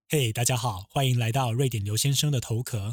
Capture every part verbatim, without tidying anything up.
嘿、hey, 大家好，欢迎来到瑞典刘先生的头壳。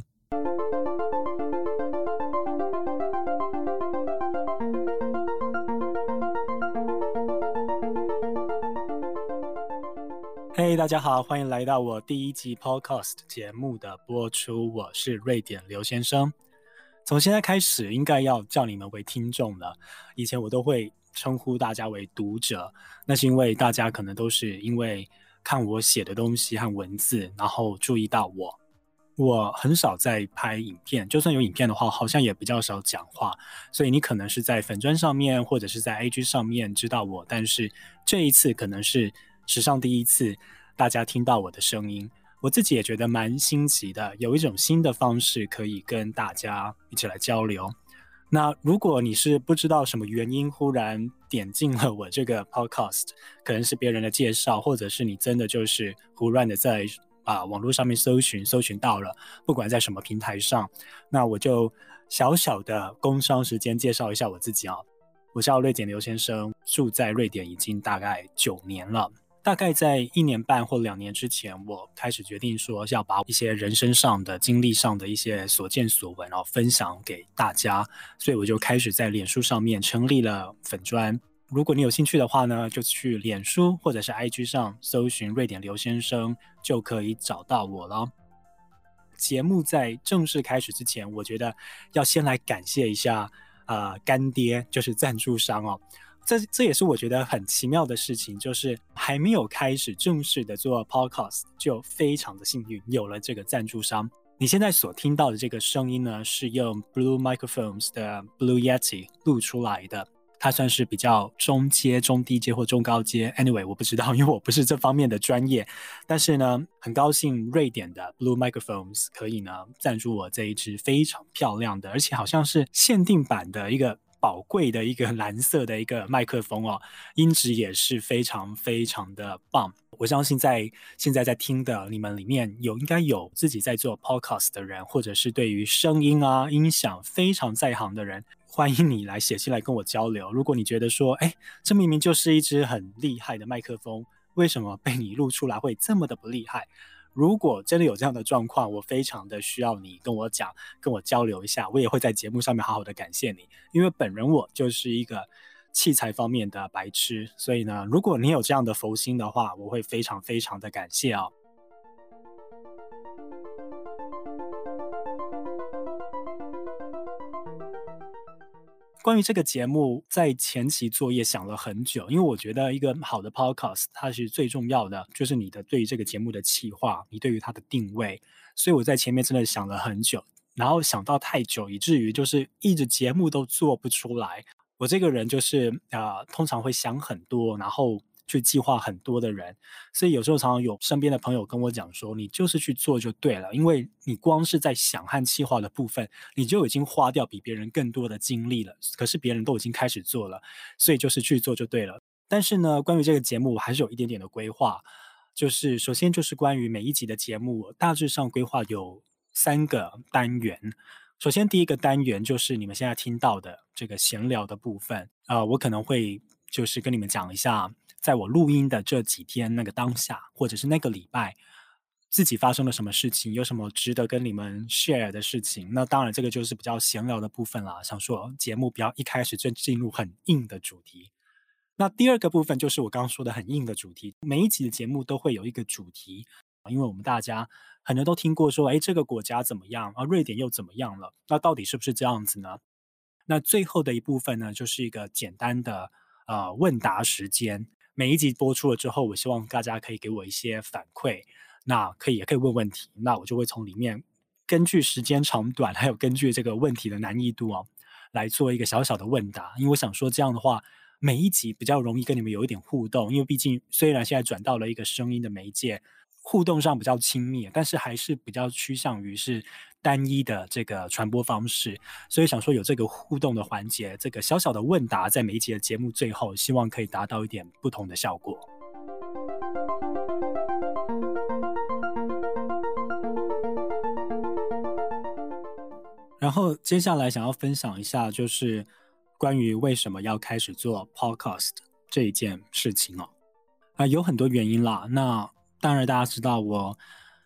嘿、hey, 大家好，欢迎来到我第一集 podcast 节目的播出，我是瑞典刘先生。从现在开始应该要叫你们为听众了，以前我都会称呼大家为读者，那是因为大家可能都是因为看我写的东西和文字，然后注意到我。我很少在拍影片，就算有影片的话，好像也比较少讲话，所以你可能是在粉专上面或者是在 I G 上面知道我，但是这一次可能是史上第一次大家听到我的声音。我自己也觉得蛮新奇的，有一种新的方式可以跟大家一起来交流。那如果你是不知道什么原因忽然点进了我这个 podcast， 可能是别人的介绍，或者是你真的就是胡乱的在、呃、网络上面搜寻搜寻到了，不管在什么平台上，那我就小小的工商时间介绍一下我自己啊。我叫瑞典刘先生，住在瑞典已经大概九年了。大概在一年半或两年之前，我开始决定说要把一些人生上的经历上的一些所见所闻然后分享给大家，所以我就开始在脸书上面成立了粉专。如果你有兴趣的话呢，就去脸书或者是 I G 上搜寻瑞典刘先生，就可以找到我了。节目在正式开始之前，我觉得要先来感谢一下呃干爹，就是赞助商哦。这, 这也是我觉得很奇妙的事情，就是还没有开始正式的做 podcast 就非常的幸运有了这个赞助商。你现在所听到的这个声音呢，是用 Blue Microphones 的 Blue Yeti 录出来的，它算是比较中阶、中低阶或中高阶 anyway 我不知道，因为我不是这方面的专业，但是呢很高兴瑞典的 Blue Microphones 可以呢赞助我这一支非常漂亮的，而且好像是限定版的一个宝贵的一个蓝色的一个麦克风哦，音质也是非常非常的棒。我相信在现在在听的你们里面有应该有自己在做 podcast 的人，或者是对于声音啊音响非常在行的人，欢迎你来写信来跟我交流。如果你觉得说哎，这明明就是一支很厉害的麦克风，为什么被你录出来会这么的不厉害，如果真的有这样的状况，我非常的需要你跟我讲，跟我交流一下，我也会在节目上面好好的感谢你，因为本人我就是一个器材方面的白痴，所以呢，如果你有这样的佛心的话，我会非常非常的感谢哦。关于这个节目，在前期作业想了很久，因为我觉得一个好的 podcast 它是最重要的就是你的对于这个节目的企划，你对于它的定位，所以我在前面真的想了很久，然后想到太久以至于就是一直节目都做不出来。我这个人就是呃，通常会想很多，然后去计划很多的人，所以有时候常常有身边的朋友跟我讲说，你就是去做就对了，因为你光是在想和计划的部分，你就已经花掉比别人更多的精力了，可是别人都已经开始做了，所以就是去做就对了。但是呢，关于这个节目我还是有一点点的规划，就是首先就是关于每一集的节目，大致上规划有三个单元。首先第一个单元就是你们现在听到的这个闲聊的部分，呃，我可能会就是跟你们讲一下在我录音的这几天那个当下，或者是那个礼拜自己发生了什么事情，有什么值得跟你们 share 的事情。那当然这个就是比较闲聊的部分啦，想说节目不要一开始就进入很硬的主题。那第二个部分就是我刚刚说的很硬的主题，每一集的节目都会有一个主题，因为我们大家可能都听过说，哎，这个国家怎么样啊？瑞典又怎么样了？那到底是不是这样子呢？那最后的一部分呢，就是一个简单的呃问答时间。每一集播出了之后，我希望大家可以给我一些反馈，那可以也可以问问题，那我就会从里面根据时间长短，还有根据这个问题的难易度哦，来做一个小小的问答。因为我想说这样的话，每一集比较容易跟你们有一点互动，因为毕竟虽然现在转到了一个声音的媒介，互动上比较亲密，但是还是比较趋向于是单一的这个传播方式，所以想说有这个互动的环节，这个小小的问答在每一集的节目最后，希望可以达到一点不同的效果。然后接下来想要分享一下，就是关于为什么要开始做 podcast 这一件事情哦。啊、有很多原因啦。那当然大家知道我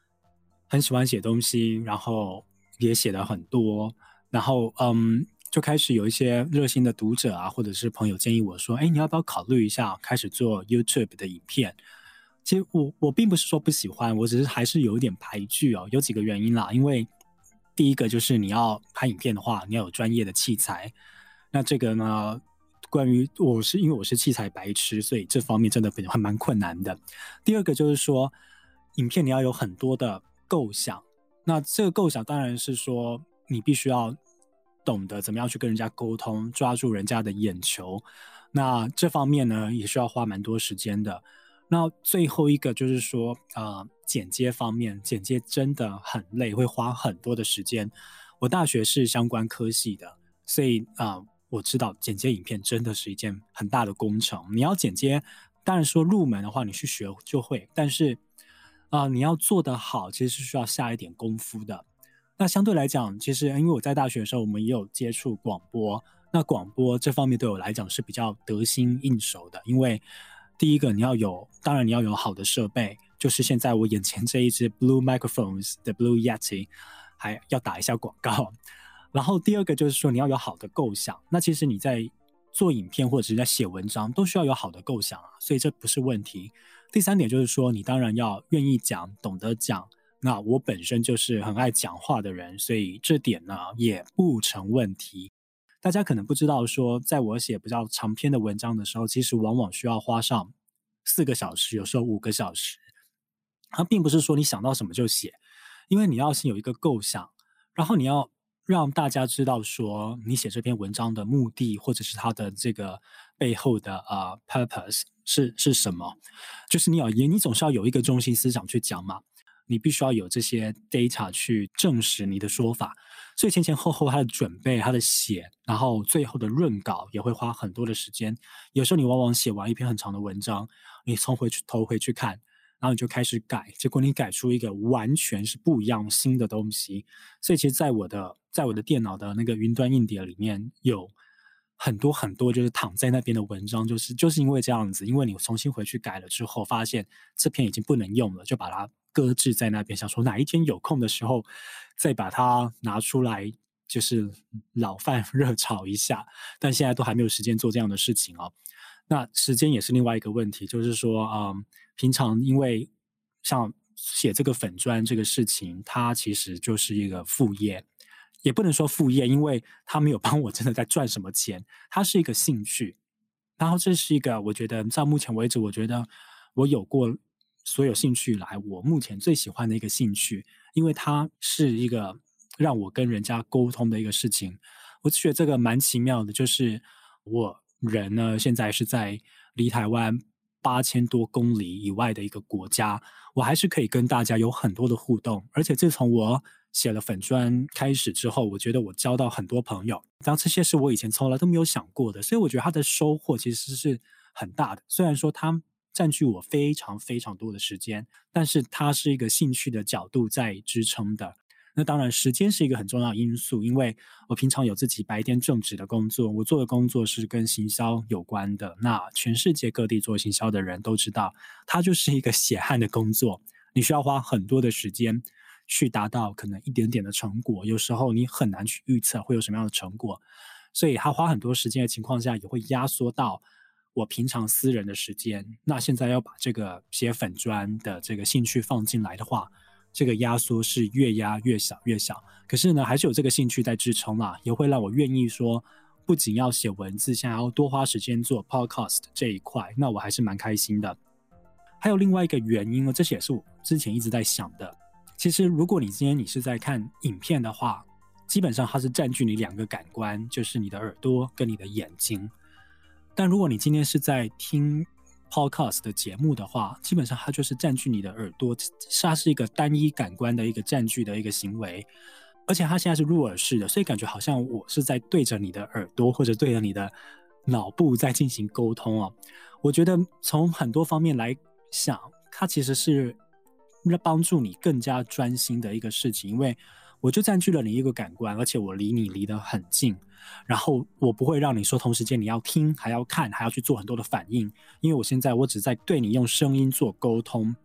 很喜欢写东西，然后也写了很多，然后嗯，就开始有一些热心的读者啊，或者是朋友建议我说，哎，你要不要考虑一下开始做 YouTube 的影片？其实我我并不是说不喜欢，我只是还是有一点排拒哦，有几个原因啦。因为第一个就是你要拍影片的话，你要有专业的器材。那这个呢，关于我是因为我是器材白痴，所以这方面真的还蛮困难的。第二个就是说，影片你要有很多的构想。那这个构想当然是说，你必须要懂得怎么样去跟人家沟通，抓住人家的眼球。那这方面呢，也需要花蛮多时间的。那最后一个就是说，呃，剪接方面，剪接真的很累，会花很多的时间。我大学是相关科系的，所以啊、呃，我知道剪接影片真的是一件很大的工程。你要剪接，当然说入门的话，你去学就会，但是啊、呃，你要做得好，其实是需要下一点功夫的。那相对来讲，其实因为我在大学的时候，我们也有接触广播。那广播这方面对我来讲是比较得心应手的，因为第一个你要有，当然你要有好的设备，就是现在我眼前这一支 Blue Microphones 的 Blue Yeti， 还要打一下广告。然后第二个就是说你要有好的构想，那其实你在做影片或者是在写文章都需要有好的构想啊，所以这不是问题。第三点就是说你当然要愿意讲，懂得讲。那我本身就是很爱讲话的人，所以这点呢也不成问题。大家可能不知道说，在我写比较长篇的文章的时候，其实往往需要花上四个小时，有时候五个小时。它并不是说你想到什么就写，因为你要先有一个构想，然后你要让大家知道说你写这篇文章的目的，或者是它的这个背后的呃 purpose 是是什么。就是你要你总是要有一个中心思想去讲嘛。你必须要有这些 data 去证实你的说法，所以前前后后它的准备、它的写，然后最后的润稿也会花很多的时间。有时候你往往写完一篇很长的文章，你从回去头回去看，然后你就开始改，结果你改出一个完全是不一样新的东西。所以其实在我的在我的电脑的那个云端硬碟里面有很多很多就是躺在那边的文章，就是就是因为这样子，因为你重新回去改了之后，发现这篇已经不能用了，就把它搁置在那边，想说哪一天有空的时候再把它拿出来，就是老饭热炒一下。但现在都还没有时间做这样的事情哦。那时间也是另外一个问题，就是说，嗯，平常因为像写这个粉专这个事情，它其实就是一个副业。也不能说副业，因为他没有帮我真的在赚什么钱，它是一个兴趣。然后这是一个我觉得到目前为止，我觉得我有过所有兴趣来我目前最喜欢的一个兴趣，因为它是一个让我跟人家沟通的一个事情。我觉得这个蛮奇妙的，就是我人呢现在是在离台湾八千多公里以外的一个国家，我还是可以跟大家有很多的互动。而且自从我写了粉专开始之后，我觉得我交到很多朋友，然后这些是我以前从来都没有想过的，所以我觉得它的收获其实是很大的。虽然说它占据我非常非常多的时间，但是它是一个兴趣的角度在支撑的。那当然时间是一个很重要的因素，因为我平常有自己白天正职的工作，我做的工作是跟行销有关的。那全世界各地做行销的人都知道，它就是一个血汗的工作，你需要花很多的时间去达到可能一点点的成果，有时候你很难去预测会有什么样的成果，所以他花很多时间的情况下，也会压缩到我平常私人的时间。那现在要把这个写粉专的这个兴趣放进来的话，这个压缩是越压越小越小。可是呢，还是有这个兴趣在支撑啦，也会让我愿意说，不仅要写文字，现在要多花时间做 podcast 这一块，那我还是蛮开心的。还有另外一个原因呢，这也是我之前一直在想的。其实如果你今天你是在看影片的话，基本上它是占据你两个感官，就是你的耳朵跟你的眼睛。但如果你今天是在听 podcast 的节目的话，基本上它就是占据你的耳朵，它是一个单一感官的一个占据的一个行为。而且它现在是入耳式的，所以感觉好像我是在对着你的耳朵或者对着你的脑部在进行沟通哦。我觉得从很多方面来想，它其实是帮助你更加专心的一个事情，因为我就占据了你一个感官，而且我离你离得很近，然后我不会让你说同时间你要听还要看还要去做很多的反应，因为我现在我只在对你用声音做沟通。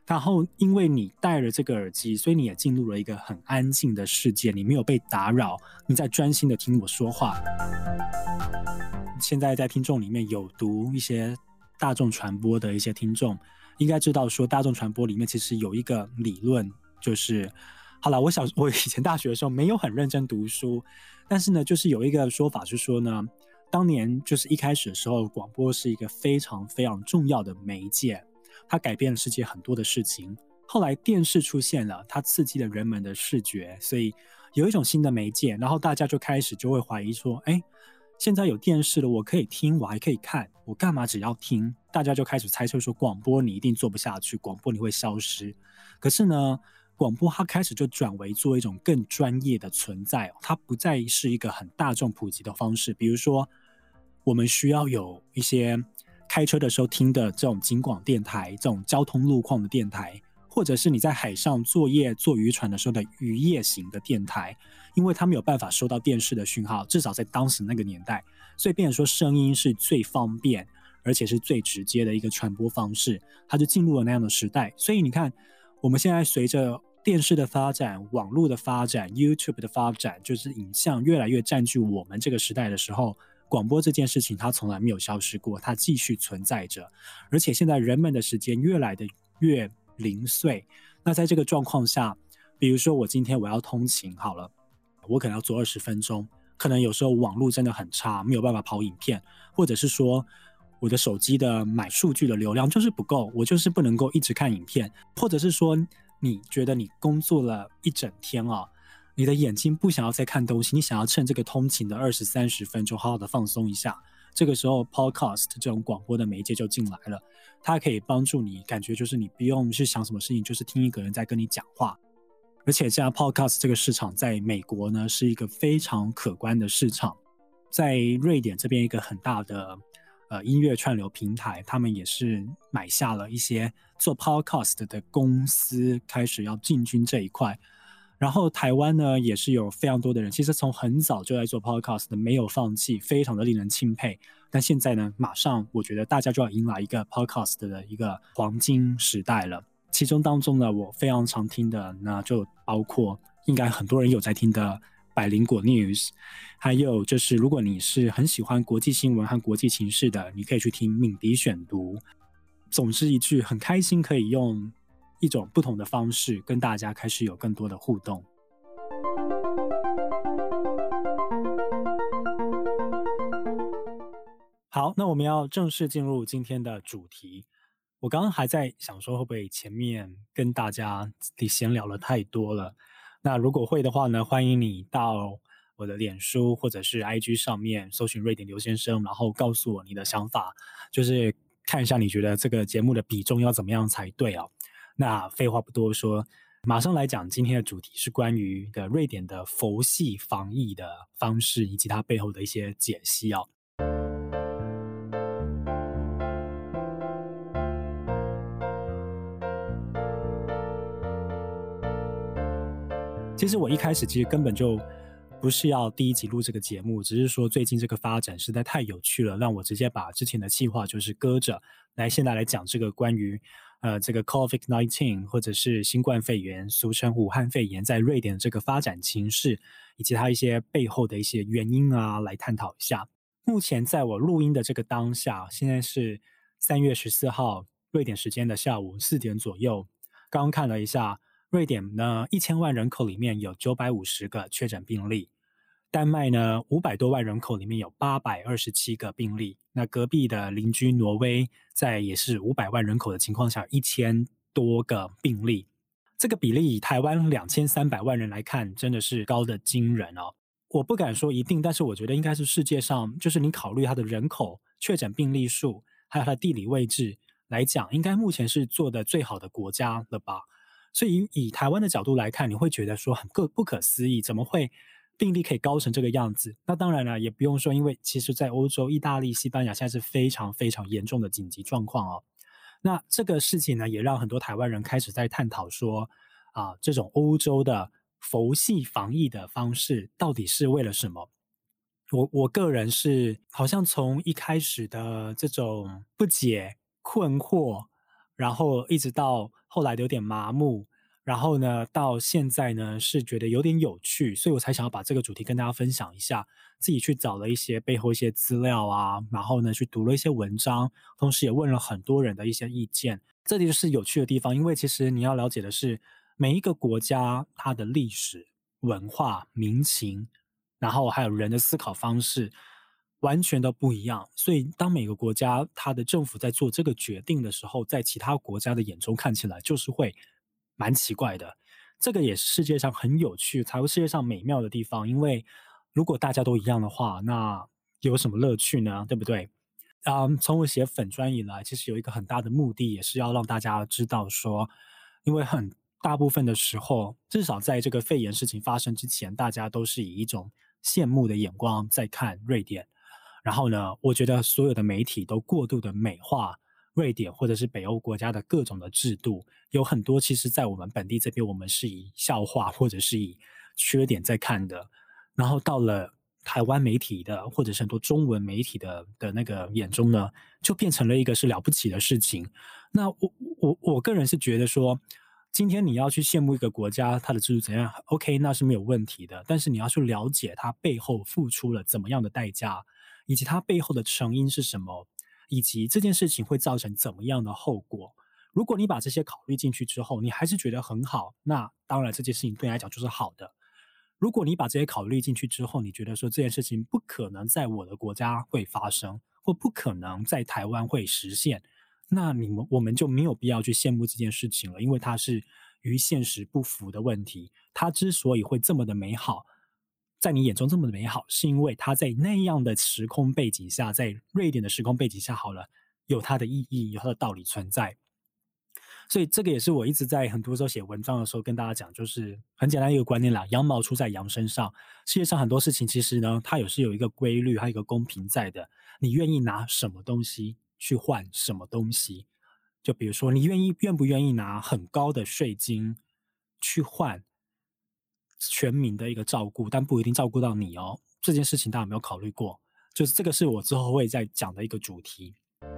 然后因为你戴了这个耳机，所以你也进入了一个很安静的世界，你没有被打扰，你在专心的听我说话。现在在听众里面有读一些大众传播的一些听众，应该知道说大众传播里面其实有一个理论，就是好了，我小我以前大学的时候没有很认真读书，但是呢，就是有一个说法是说呢，当年就是一开始的时候，广播是一个非常非常重要的媒介，它改变了世界很多的事情。后来电视出现了，它刺激了人们的视觉，所以有一种新的媒介，然后大家就开始就会怀疑说，哎，现在有电视了，我可以听，我还可以看，我干嘛只要听？大家就开始猜测说，广播你一定做不下去，广播你会消失。可是呢，广播它开始就转为做一种更专业的存在，哦，它不再是一个很大众普及的方式。比如说，我们需要有一些开车的时候听的这种警广电台，这种交通路况的电台，或者是你在海上作业坐渔船的时候的渔业型的电台，因为它没有办法收到电视的讯号，至少在当时那个年代，所以变成说声音是最方便而且是最直接的一个传播方式，它就进入了那样的时代。所以你看，我们现在随着电视的发展，网络的发展， YouTube 的发展，就是影像越来越占据我们这个时代的时候，广播这件事情它从来没有消失过，它继续存在着。而且现在人们的时间越来的越零碎，那在这个状况下，比如说我今天我要通勤好了，我可能要坐二十分钟，可能有时候网络真的很差，没有办法跑影片，或者是说我的手机的买数据的流量就是不够，我就是不能够一直看影片，或者是说你觉得你工作了一整天啊，你的眼睛不想要再看东西，你想要趁这个通勤的二十三十分钟好好的放松一下，这个时候 podcast 这种广播的媒介就进来了，它可以帮助你感觉就是你不用去想什么事情，就是听一个人在跟你讲话。而且这样 podcast 这个市场在美国呢是一个非常可观的市场，在瑞典这边一个很大的呃音乐串流平台，他们也是买下了一些做 podcast 的公司，开始要进军这一块。然后台湾呢也是有非常多的人，其实从很早就在做 podcast 的，没有放弃，非常的令人钦佩。但现在呢，马上我觉得大家就要迎来一个 podcast 的一个黄金时代了。其中当中呢，我非常常听的，那就包括应该很多人有在听的百灵果 News， 还有就是如果你是很喜欢国际新闻和国际情势的，你可以去听敏迪选读。总之一句，很开心可以用一种不同的方式跟大家开始有更多的互动。好，那我们要正式进入今天的主题。我刚刚还在想说会不会前面跟大家闲聊了太多了，那如果会的话呢，欢迎你到我的脸书或者是 I G 上面搜寻瑞典刘先生，然后告诉我你的想法，就是看一下你觉得这个节目的比重要怎么样才对哦。那废话不多说，马上来讲今天的主题是关于的瑞典的佛系防疫的方式以及它背后的一些解析哦。其实我一开始其实根本就不是要第一集录这个节目，只是说最近这个发展实在太有趣了，让我直接把之前的企划就是搁着，来现在来讲这个关于呃这个 COVID 十九 或者是新冠肺炎，俗称武汉肺炎，在瑞典的这个发展情势，以及它一些背后的一些原因啊，来探讨一下。目前在我录音的这个当下，现在是三月十四号瑞典时间的下午四点左右，刚刚看了一下。瑞典呢，一千万人口里面有九百五十个确诊病例，丹麦呢，五百多万人口里面有八百二十七个病例。那隔壁的邻居挪威，在也是五百万人口的情况下，一千多个病例。这个比例以台湾两千三百万人来看，真的是高的惊人哦。我不敢说一定，但是我觉得应该是世界上，就是你考虑它的人口、确诊病例数，还有它的地理位置来讲，应该目前是做的最好的国家了吧。所以以台湾的角度来看，你会觉得说很不可思议，怎么会病例可以高成这个样子？那当然了，也不用说，因为其实在欧洲，意大利、西班牙现在是非常非常严重的紧急状况哦。那这个事情呢，也让很多台湾人开始在探讨说，啊，这种欧洲的佛系防疫的方式到底是为了什么？我我个人是好像从一开始的这种不解、困惑， 然后一直到后来的有点麻木，然后呢，到现在呢是觉得有点有趣，所以我才想要把这个主题跟大家分享一下。自己去找了一些背后一些资料啊，然后呢去读了一些文章，同时也问了很多人的一些意见。这里就是有趣的地方，因为其实你要了解的是，每一个国家它的历史、文化、民情，然后还有人的思考方式，完全都不一样。所以当每个国家它的政府在做这个决定的时候，在其他国家的眼中看起来就是会蛮奇怪的。这个也是世界上很有趣，才会世界上美妙的地方。因为如果大家都一样的话，那有什么乐趣呢？对不对？嗯，从我写粉专以来，其实有一个很大的目的，也是要让大家知道说，因为很大部分的时候，至少在这个肺炎事情发生之前，大家都是以一种羡慕的眼光在看瑞典。然后呢，我觉得所有的媒体都过度的美化瑞典或者是北欧国家的各种的制度，有很多其实在我们本地这边，我们是以笑话或者是以缺点在看的。然后到了台湾媒体的或者是很多中文媒体的的那个眼中呢，就变成了一个是了不起的事情。那我我我个人是觉得说，今天你要去羡慕一个国家它的制度怎样 ，OK， 那是没有问题的。但是你要去了解它背后付出了怎么样的代价，以及它背后的成因是什么，以及这件事情会造成怎么样的后果。如果你把这些考虑进去之后，你还是觉得很好，那当然这件事情对你来讲就是好的。如果你把这些考虑进去之后，你觉得说这件事情不可能在我的国家会发生，或不可能在台湾会实现，那你们我们就没有必要去羡慕这件事情了，因为它是与现实不符的问题。它之所以会这么的美好，在你眼中这么的美好，是因为它在那样的时空背景下，在瑞典的时空背景下好了，有它的意义，有它的道理存在。所以这个也是我一直在很多时候写文章的时候跟大家讲，就是很简单一个观念啦，羊毛出在羊身上。世界上很多事情其实呢，它也是有一个规律，还有一个公平在的。你愿意拿什么东西去换什么东西？就比如说，你愿意愿不愿意拿很高的税金去换全民的一个照顾，但不一定照顾到你哦。这件事情大家有没有考虑过？就是这个是我之后会再讲的一个主题。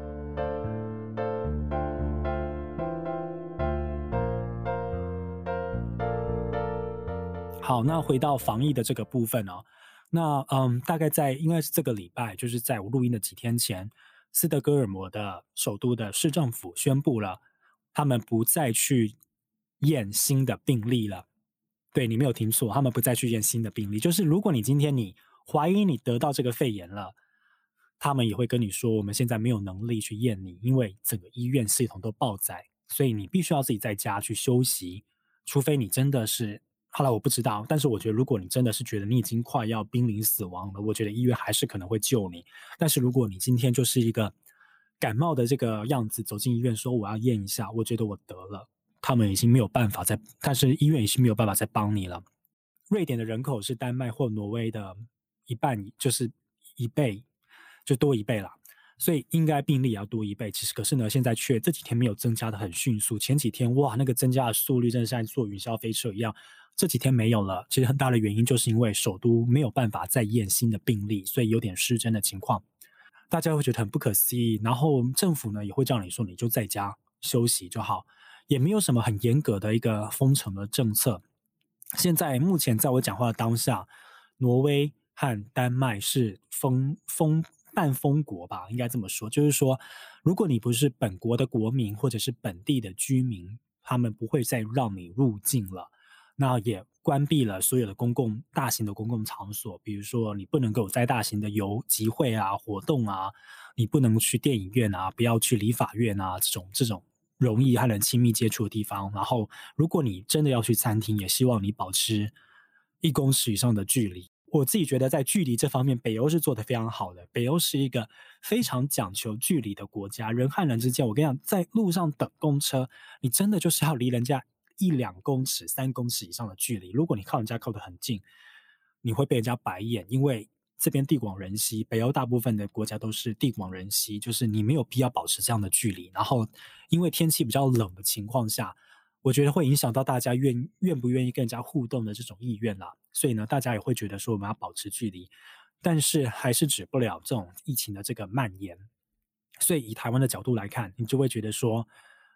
好，那回到防疫的这个部分哦，那嗯，大概在应该是这个礼拜，就是在我录音的几天前，斯德哥尔摩的首都的市政府宣布了，他们不再去验新的病例了。对，你没有听错，他们不再去验新的病例。就是如果你今天你怀疑你得到这个肺炎了，他们也会跟你说，我们现在没有能力去验你，因为整个医院系统都爆载，所以你必须要自己在家去休息，除非你真的是。后来我不知道，但是我觉得如果你真的是觉得你已经快要濒临死亡了，我觉得医院还是可能会救你。但是如果你今天就是一个感冒的这个样子走进医院说我要验一下，我觉得我得了，他们已经没有办法再，但是医院已经没有办法再帮你了。瑞典的人口是丹麦或挪威的一半，就是一倍，就多一倍啦。所以应该病例也要多一倍，其实可是呢，现在却这几天没有增加的很迅速。前几天哇，那个增加的速率真的像坐云霄飞车一样。这几天没有了，其实很大的原因就是因为首都没有办法再验新的病例，所以有点失真的情况。大家会觉得很不可思议，然后政府呢也会叫你说你就在家休息就好，也没有什么很严格的一个封城的政策。现在目前在我讲话的当下，挪威和丹麦是封封半封国吧，应该这么说，就是说如果你不是本国的国民或者是本地的居民，他们不会再让你入境了。那也关闭了所有的公共大型的公共场所，比如说你不能够在大型的游集会啊活动啊，你不能去电影院啊，不要去理发院啊，这种这种容易和人亲密接触的地方。然后如果你真的要去餐厅，也希望你保持一公尺以上的距离。我自己觉得在距离这方面，北欧是做得非常好的。北欧是一个非常讲求距离的国家，人和人之间，我跟你讲，在路上等公车，你真的就是要离人家一两公尺、三公尺以上的距离。如果你靠人家靠得很近，你会被人家白眼，因为这边地广人稀，北欧大部分的国家都是地广人稀，就是你没有必要保持这样的距离。然后，因为天气比较冷的情况下，我觉得会影响到大家愿愿不愿意跟人家互动的这种意愿啦。所以呢，大家也会觉得说我们要保持距离，但是还是止不了这种疫情的这个蔓延。所以以台湾的角度来看，你就会觉得说，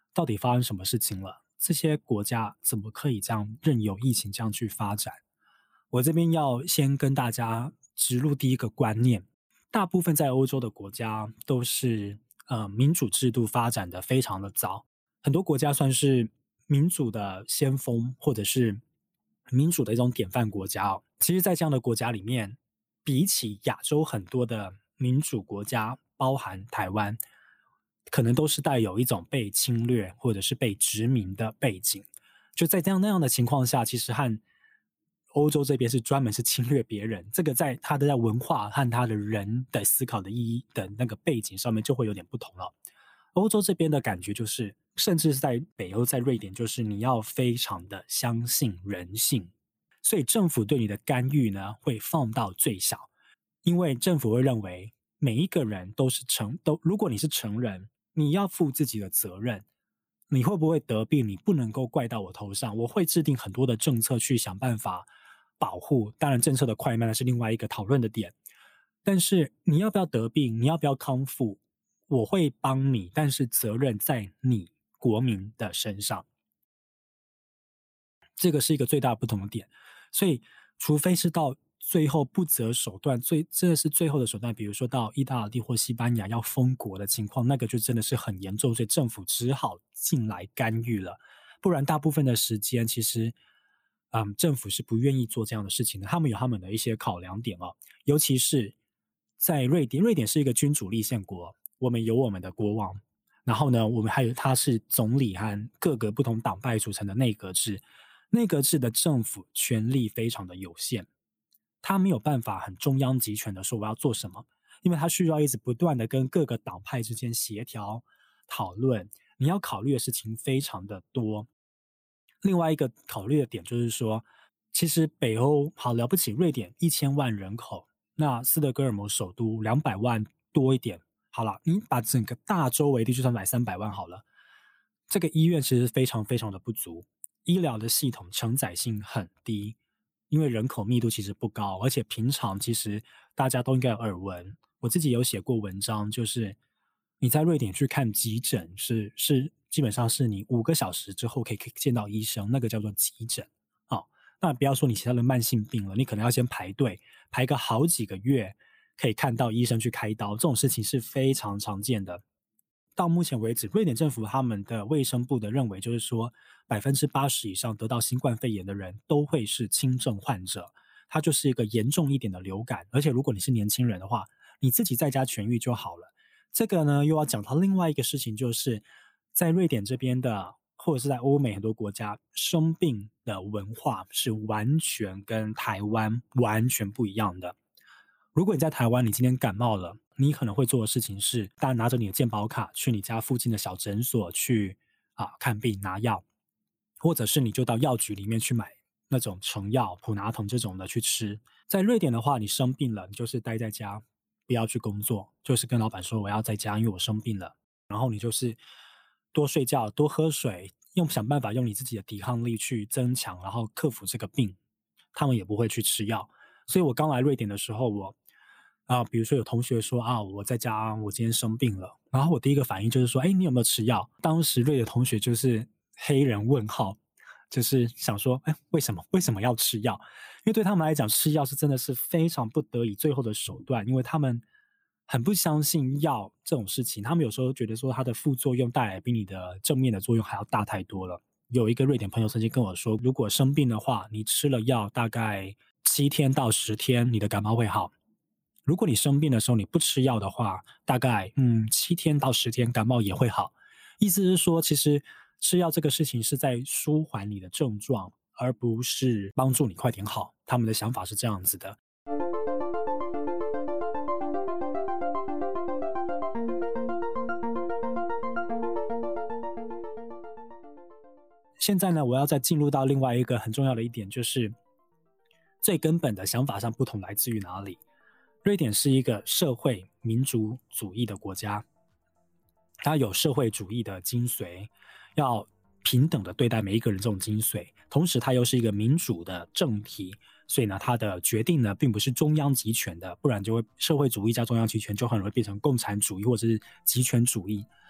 到底发生什么事情了？这些国家怎么可以这样任由疫情这样去发展？我这边要先跟大家植入第一个观念，大部分在欧洲的国家都是呃民主制度发展的非常的早，很多国家算是民主的先锋，或者是民主的一种典范国家哦。其实在这样的国家里面，比起亚洲很多的民主国家，包含台湾，可能都是带有一种被侵略或者是被殖民的背景。就在这样那样的情况下，其实和欧洲这边是专门是侵略别人，这个在他的在文化和他的人的思考的意义的那个背景上面就会有点不同了。欧洲这边的感觉就是，甚至是在北欧，在瑞典，就是你要非常的相信人性，所以政府对你的干预呢会放到最小，因为政府会认为每一个人都是成都，如果你是成人，你要负自己的责任。你会不会得病，你不能够怪到我头上，我会制定很多的政策去想办法保护，当然政策的快慢是另外一个讨论的点，但是你要不要得病，你要不要康复，我会帮你，但是责任在你国民的身上。这个是一个最大不同的点，所以除非是到最后不择手段，最这是最后的手段，比如说到意大利或西班牙要封国的情况，那个就真的是很严重，所以政府只好进来干预了。不然大部分的时间其实嗯，政府是不愿意做这样的事情的，他们有他们的一些考量点哦。尤其是在瑞典，瑞典是一个君主立宪国，我们有我们的国王，然后呢，我们还有他是总理和各个不同党派组成的内阁制，内阁制的政府权力非常的有限，他没有办法很中央集权的说我要做什么，因为他需要一直不断的跟各个党派之间协调讨论，你要考虑的事情非常的多。另外一个考虑的点就是说，其实北欧好了不起，瑞典一千万人口，那斯德哥尔摩首都两百万多一点，好了，你把整个大周围地就算买三百万好了，这个医院其实非常非常的不足，医疗的系统承载性很低，因为人口密度其实不高，而且平常其实大家都应该有耳闻，我自己有写过文章，就是你在瑞典去看急诊是是基本上是你五个小时之后可以可以见到医生，那个叫做急诊。哦，那不要说你其他的慢性病了，你可能要先排队，排个好几个月可以看到医生去开刀，这种事情是非常常见的。到目前为止，瑞典政府他们的卫生部的认为就是说 百分之八十 以上得到新冠肺炎的人都会是轻症患者，它就是一个严重一点的流感，而且如果你是年轻人的话，你自己在家痊愈就好了。这个呢又要讲到另外一个事情，就是在瑞典这边的或者是在欧美很多国家，生病的文化是完全跟台湾完全不一样的。如果你在台湾你今天感冒了，你可能会做的事情是大家拿着你的健保卡去你家附近的小诊所去啊看病拿药，或者是你就到药局里面去买那种成药普拿疼这种的去吃。在瑞典的话，你生病了你就是待在家，不要去工作，就是跟老板说我要在家因为我生病了，然后你就是多睡觉多喝水，用想办法用你自己的抵抗力去增强，然后克服这个病，他们也不会去吃药。所以我刚来瑞典的时候，我啊，比如说有同学说啊，我在家我今天生病了，然后我第一个反应就是说，哎，你有没有吃药？当时瑞典同学就是黑人问号，就是想说，哎，为什么为什么要吃药？因为对他们来讲，吃药是真的是非常不得已最后的手段，因为他们很不相信药这种事情，他们有时候觉得说它的副作用带来比你的正面的作用还要大太多了。有一个瑞典朋友曾经跟我说，如果生病的话，你吃了药大概七天到十天，你的感冒会好。如果你生病的时候你不吃药的话，大概嗯七天到十天感冒也会好。意思是说，其实吃药这个事情是在舒缓你的症状，而不是帮助你快点好。他们的想法是这样子的。现在呢，我要再进入到另外一个很重要的一点，就是最根本的想法上不同来自于哪里？瑞典是一个社会民主主义的国家，它有社会主义的精髓，要平等的对待每一个人这种精髓，同时它又是一个民主的政体，所以呢，它的决定呢并不是中央集权的，不然就会社会主义加中央集权就很容易变成共产主义或者是集权主义。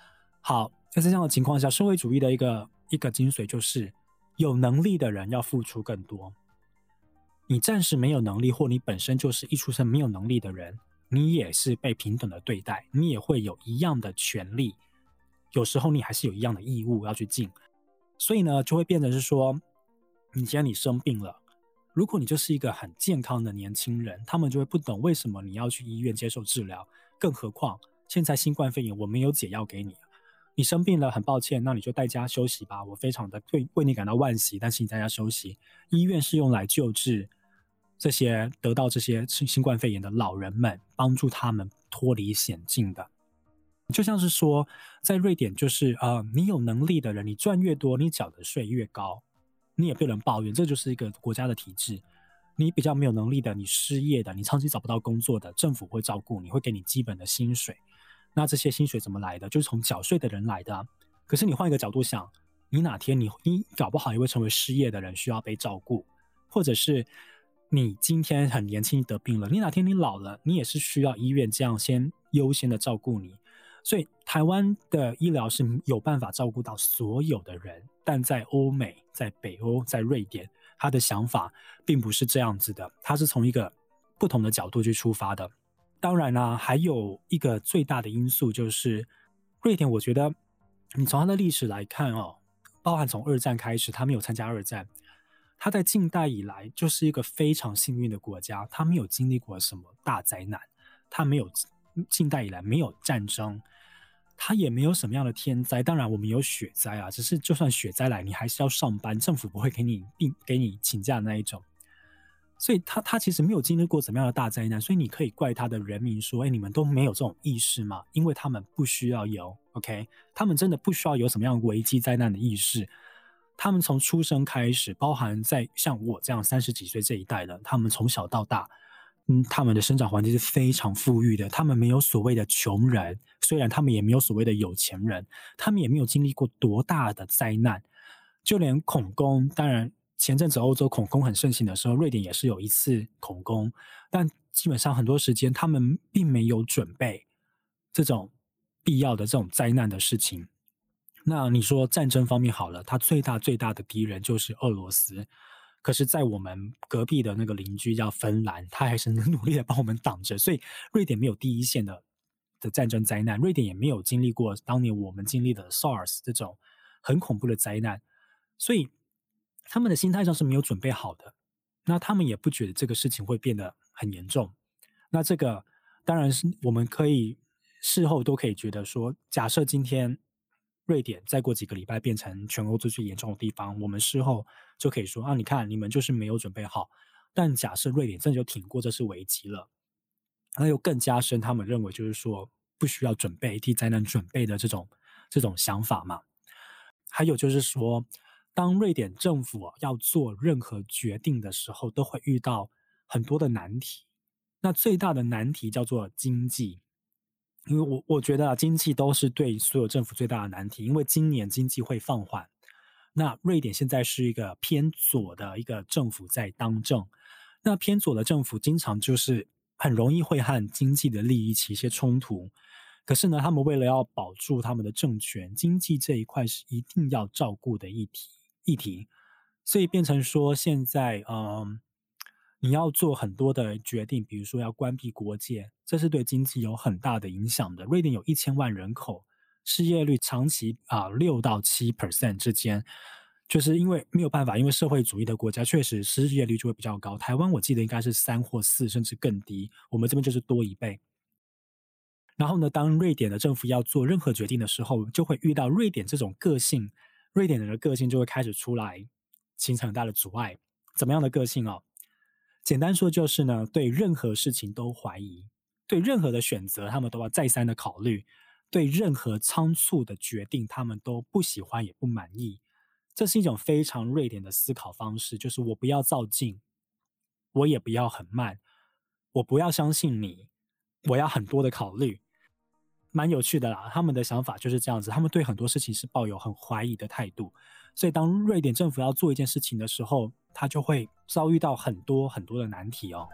好，在这样的情况下，社会主义的一个一个精髓就是有能力的人要付出更多。你暂时没有能力，或你本身就是一出生没有能力的人，你也是被平等的对待，你也会有一样的权利，有时候你还是有一样的义务要去尽。所以呢，就会变成是说，你既然你生病了，如果你就是一个很健康的年轻人，他们就会不懂为什么你要去医院接受治疗，更何况现在新冠肺炎我没有解药给你，你生病了很抱歉，那你就在家休息吧，我非常的为你感到惋惜，但是你在家休息。医院是用来救治这些得到这些新冠肺炎的老人们，帮助他们脱离险境的。就像是说在瑞典就是呃，你有能力的人，你赚越多，你缴的税越高，你也不能抱怨，这就是一个国家的体制。你比较没有能力的，你失业的，你长期找不到工作的，政府会照顾你，会给你基本的薪水。那这些薪水怎么来的？就是从缴税的人来的啊。可是你换一个角度想，你哪天你你搞不好也会成为失业的人，需要被照顾，或者是你今天很年轻得病了，你哪天你老了，你也是需要医院这样先优先的照顾你。所以台湾的医疗是有办法照顾到所有的人，但在欧美，在北欧，在瑞典，他的想法并不是这样子的，他是从一个不同的角度去出发的。当然啦、啊，还有一个最大的因素就是瑞典，我觉得你从它的历史来看哦，包含从二战开始，他没有参加二战，他在近代以来就是一个非常幸运的国家，他没有经历过什么大灾难，他没有近代以来没有战争，他也没有什么样的天灾。当然我们有雪灾啊，只是就算雪灾来，你还是要上班，政府不会给你病给你请假的那一种。所以他他其实没有经历过怎么样的大灾难，所以你可以怪他的人民说，哎，你们都没有这种意识吗？因为他们不需要有 OK， 他们真的不需要有什么样危机灾难的意识。他们从出生开始，包含在像我这样三十几岁这一代的，他们从小到大嗯，他们的生长环境是非常富裕的，他们没有所谓的穷人，虽然他们也没有所谓的有钱人，他们也没有经历过多大的灾难，就连恐攻，当然前阵子欧洲恐攻很盛行的时候，瑞典也是有一次恐攻，但基本上很多时间他们并没有准备这种必要的这种灾难的事情。那你说战争方面好了，他最大最大的敌人就是俄罗斯，可是在我们隔壁的那个邻居叫芬兰，他还是努力的帮我们挡着，所以瑞典没有第一线的的战争灾难，瑞典也没有经历过当年我们经历的 SARS 这种很恐怖的灾难，所以他们的心态上是没有准备好的，那他们也不觉得这个事情会变得很严重。那这个当然是我们可以事后都可以觉得说，假设今天瑞典再过几个礼拜变成全欧洲最严重的地方，我们事后就可以说啊，你看你们就是没有准备好。但假设瑞典真的就挺过这次危机了，那又更加深他们认为就是说不需要准备替灾难准备的这种这种想法嘛。还有就是说，当瑞典政府要做任何决定的时候，都会遇到很多的难题。那最大的难题叫做经济。因为我我觉得啊，经济都是对所有政府最大的难题，因为今年经济会放缓。那瑞典现在是一个偏左的一个政府在当政，那偏左的政府经常就是很容易会和经济的利益起一些冲突。可是呢，他们为了要保住他们的政权，经济这一块是一定要照顾的议题议题，所以变成说现在嗯。你要做很多的决定，比如说要关闭国界，这是对经济有很大的影响的。瑞典有一千万人口，失业率长期啊六到七 percent 之间，就是因为没有办法，因为社会主义的国家确实失业率就会比较高。台湾我记得应该是三或四，甚至更低，我们这边就是多一倍。然后呢，当瑞典的政府要做任何决定的时候，就会遇到瑞典这种个性，瑞典人的个性就会开始出来，形成很大的阻碍。怎么样的个性哦？简单说就是呢，对任何事情都怀疑，对任何的选择他们都要再三的考虑，对任何仓促的决定他们都不喜欢也不满意。这是一种非常瑞典的思考方式，就是我不要躁进，我也不要很慢，我不要相信你，我要很多的考虑。蛮有趣的啦，他们的想法就是这样子，他们对很多事情是抱有很怀疑的态度，所以当瑞典政府要做一件事情的时候，他就会遭遇到很多很多的难题哦。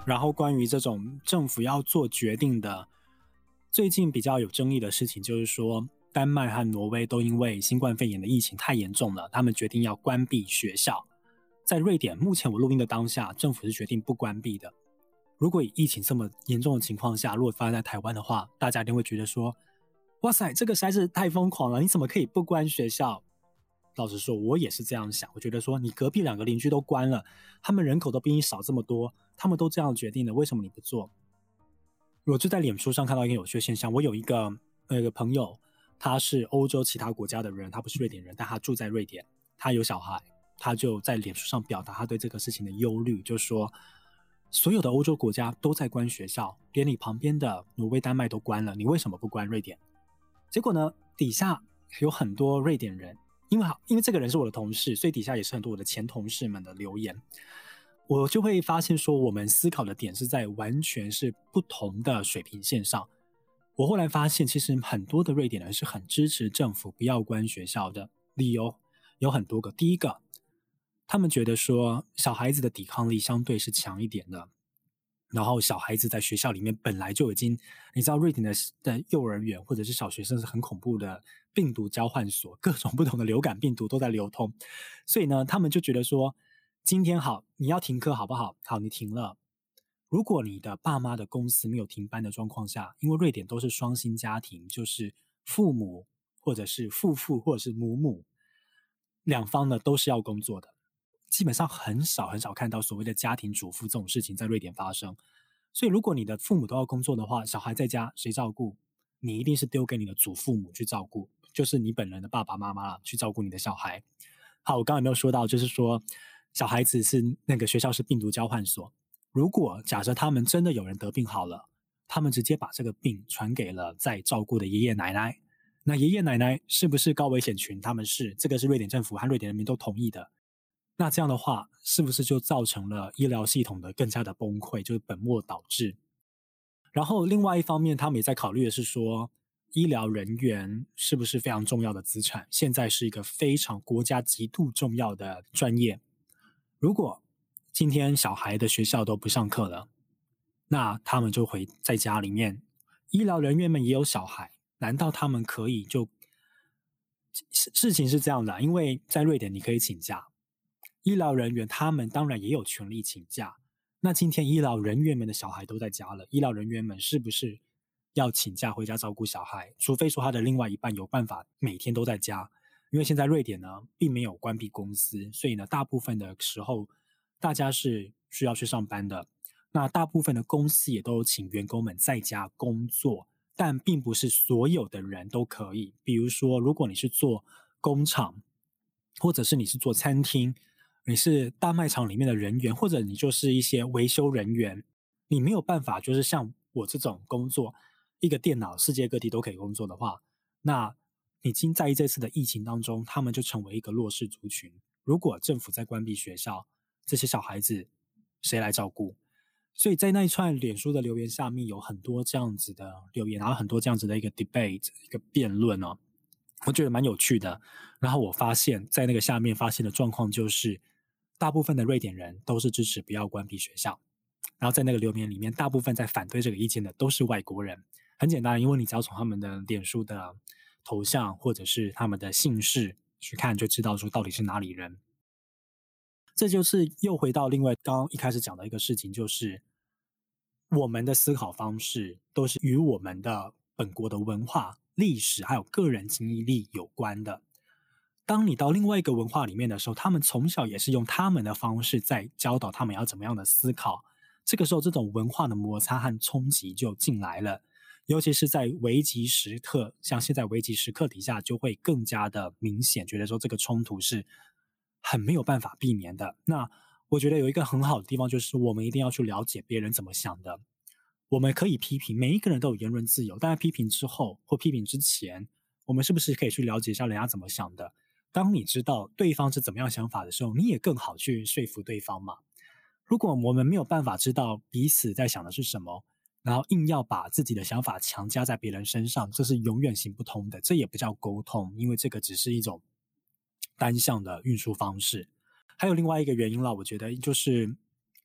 然后关于这种政府要做决定的，最近比较有争议的事情就是说，丹麦和挪威都因为新冠肺炎的疫情太严重了，他们决定要关闭学校。在瑞典，目前我录音的当下，政府是决定不关闭的。如果以疫情这么严重的情况下，如果发生在台湾的话，大家一定会觉得说，哇塞，这个实在是太疯狂了，你怎么可以不关学校？老实说，我也是这样想，我觉得说，你隔壁两个邻居都关了，他们人口都比你少这么多，他们都这样决定了，为什么你不做？我就在脸书上看到一个有趣的现象，我有一个有一个朋友，他是欧洲其他国家的人，他不是瑞典人，但他住在瑞典，他有小孩，他就在脸书上表达他对这个事情的忧虑，就说所有的欧洲国家都在关学校，连你旁边的挪威、丹麦都关了，你为什么不关瑞典？结果呢，底下有很多瑞典人，因为因为这个人是我的同事，所以底下也是很多我的前同事们的留言，我就会发现说，我们思考的点是在完全是不同的水平线上。我后来发现，其实很多的瑞典人是很支持政府不要关学校的，理由有很多个。第一个，他们觉得说小孩子的抵抗力相对是强一点的，然后小孩子在学校里面本来就已经，你知道瑞典 的, 的幼儿园或者是小学生是很恐怖的病毒交换所，各种不同的流感病毒都在流通，所以呢，他们就觉得说，今天好，你要停课好不好？好，你停了。如果你的爸妈的公司没有停班的状况下，因为瑞典都是双薪家庭，就是父母或者是父父或者是母母两方呢都是要工作的，基本上很少很少看到所谓的家庭主妇这种事情在瑞典发生。所以如果你的父母都要工作的话，小孩在家谁照顾？你一定是丢给你的祖父母去照顾，就是你本人的爸爸妈妈去照顾你的小孩。好，我刚刚有没有说到，就是说小孩子是那个学校是病毒交换所，如果假设他们真的有人得病好了，他们直接把这个病传给了在照顾的爷爷奶奶，那爷爷奶奶是不是高危险群？他们是，这个是瑞典政府和瑞典人民都同意的。那这样的话，是不是就造成了医疗系统的更加的崩溃，就是本末倒置？然后另外一方面，他们也在考虑的是说，医疗人员是不是非常重要的资产？现在是一个非常国家极度重要的专业。如果今天小孩的学校都不上课了，那他们就回在家里面，医疗人员们也有小孩，难道他们可以就事情是这样的，因为在瑞典你可以请假，医疗人员他们当然也有权利请假。那今天医疗人员们的小孩都在家了，医疗人员们是不是要请假回家照顾小孩？除非说他的另外一半有办法每天都在家，因为现在瑞典呢并没有关闭公司，所以呢大部分的时候大家是需要去上班的。那大部分的公司也都有请员工们在家工作，但并不是所有的人都可以。比如说，如果你是做工厂，或者是你是做餐厅，你是大卖场里面的人员，或者你就是一些维修人员，你没有办法就是像我这种工作，一个电脑世界各地都可以工作的话，那已经在这次的疫情当中，他们就成为一个弱势族群。如果政府在关闭学校，这些小孩子谁来照顾？所以在那一串脸书的留言下面有很多这样子的留言，然后很多这样子的一个 debate 一个辩论哦，我觉得蛮有趣的。然后我发现在那个下面发现的状况就是大部分的瑞典人都是支持不要关闭学校，然后在那个留言里面大部分在反对这个意见的都是外国人。很简单，因为你只要从他们的脸书的头像或者是他们的姓氏去看，就知道说到底是哪里人。这就是又回到另外刚刚一开始讲的一个事情，就是我们的思考方式都是与我们的本国的文化、历史还有个人经历力有关的。当你到另外一个文化里面的时候，他们从小也是用他们的方式在教导他们要怎么样的思考，这个时候这种文化的摩擦和冲击就进来了，尤其是在危急时刻，像现在危急时刻底下就会更加的明显，觉得说这个冲突是很没有办法避免的。那我觉得有一个很好的地方，就是我们一定要去了解别人怎么想的。我们可以批评，每一个人都有言论自由，但在批评之后或批评之前，我们是不是可以去了解一下人家怎么想的？当你知道对方是怎么样想法的时候，你也更好去说服对方嘛。如果我们没有办法知道彼此在想的是什么，然后硬要把自己的想法强加在别人身上，这是永远行不通的。这也不叫沟通，因为这个只是一种单向的运输方式。还有另外一个原因啦，我觉得就是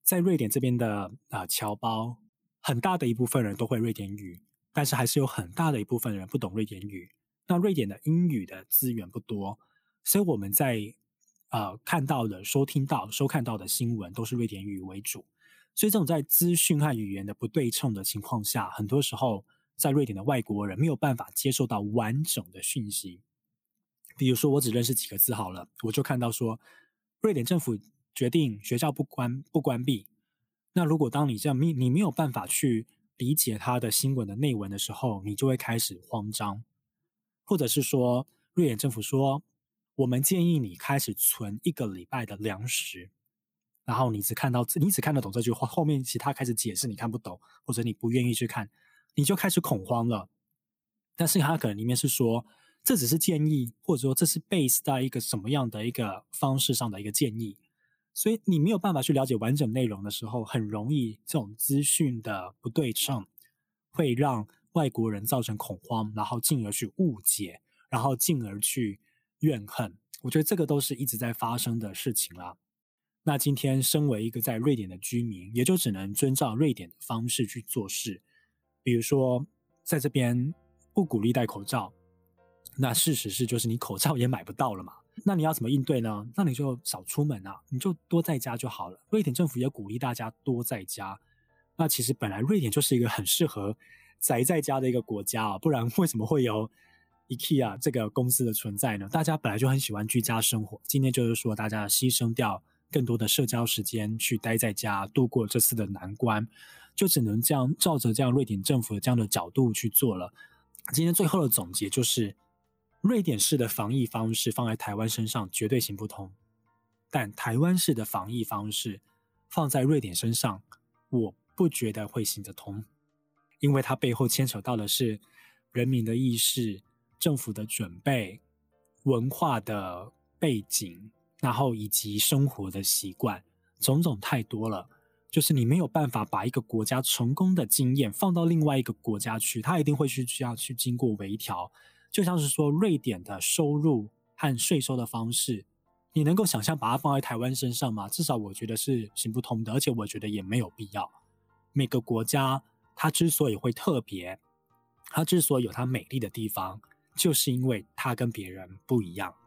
在瑞典这边的呃侨胞，很大的一部分人都会瑞典语，但是还是有很大的一部分人不懂瑞典语。那瑞典的英语的资源不多，所以我们在呃看到的、收听到、收看到的新闻都是瑞典语为主。所以这种在资讯和语言的不对称的情况下，很多时候在瑞典的外国人没有办法接受到完整的讯息。比如说我只认识几个字好了，我就看到说瑞典政府决定学校不关不关闭。那如果当你这样你没有办法去理解它的新闻的内文的时候，你就会开始慌张。或者是说瑞典政府说我们建议你开始存一个礼拜的粮食，然后你只看到你只看得懂这句话，后面其他开始解释你看不懂，或者你不愿意去看，你就开始恐慌了。但是它可能里面是说这只是建议，或者说这是 base 在一个什么样的一个方式上的一个建议，所以你没有办法去了解完整内容的时候，很容易这种资讯的不对称会让外国人造成恐慌，然后进而去误解，然后进而去怨恨。我觉得这个都是一直在发生的事情啦。那今天身为一个在瑞典的居民，也就只能遵照瑞典的方式去做事。比如说在这边不鼓励戴口罩，那事实是就是你口罩也买不到了嘛，那你要怎么应对呢？那你就少出门啊，你就多在家就好了。瑞典政府也鼓励大家多在家。那其实本来瑞典就是一个很适合宅在家的一个国家啊，不然为什么会有 IKEA 这个公司的存在呢？大家本来就很喜欢居家生活，今天就是说大家牺牲掉更多的社交时间去待在家度过这次的难关，就只能这样照着这样瑞典政府的这样的角度去做了。今天最后的总结就是瑞典式的防疫方式放在台湾身上绝对行不通，但台湾式的防疫方式放在瑞典身上，我不觉得会行得通，因为它背后牵扯到的是人民的意识、政府的准备、文化的背景，然后以及生活的习惯，种种太多了。就是你没有办法把一个国家成功的经验放到另外一个国家去，它一定会去需要去经过微调。就像是说瑞典的收入和税收的方式，你能够想象把它放在台湾身上吗？至少我觉得是行不通的，而且我觉得也没有必要。每个国家它之所以会特别，它之所以有它美丽的地方，就是因为它跟别人不一样。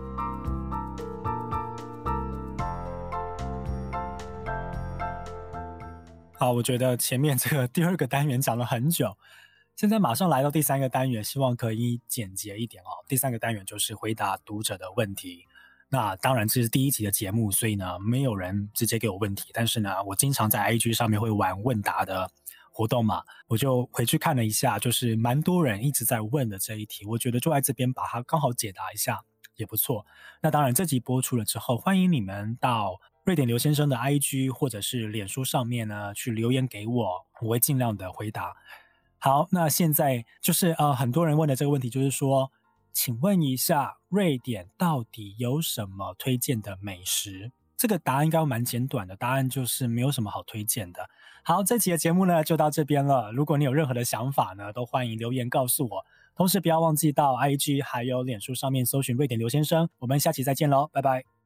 好，我觉得前面这个第二个单元讲了很久，现在马上来到第三个单元，希望可以简洁一点哦。第三个单元就是回答读者的问题。那当然这是第一集的节目，所以呢没有人直接给我问题，但是呢我经常在 I G 上面会玩问答的活动嘛，我就回去看了一下，就是蛮多人一直在问的这一题，我觉得就在这边把它刚好解答一下也不错。那当然这集播出了之后，欢迎你们到瑞典刘先生的 I G 或者是脸书上面呢去留言给我，我会尽量的回答。好，那现在就是呃很多人问的这个问题就是说，请问一下瑞典到底有什么推荐的美食？这个答案应该蛮简短的，答案就是没有什么好推荐的。好，这期的节目呢就到这边了，如果你有任何的想法呢都欢迎留言告诉我，同时不要忘记到 I G 还有脸书上面搜寻瑞典刘先生，我们下期再见咯，拜拜。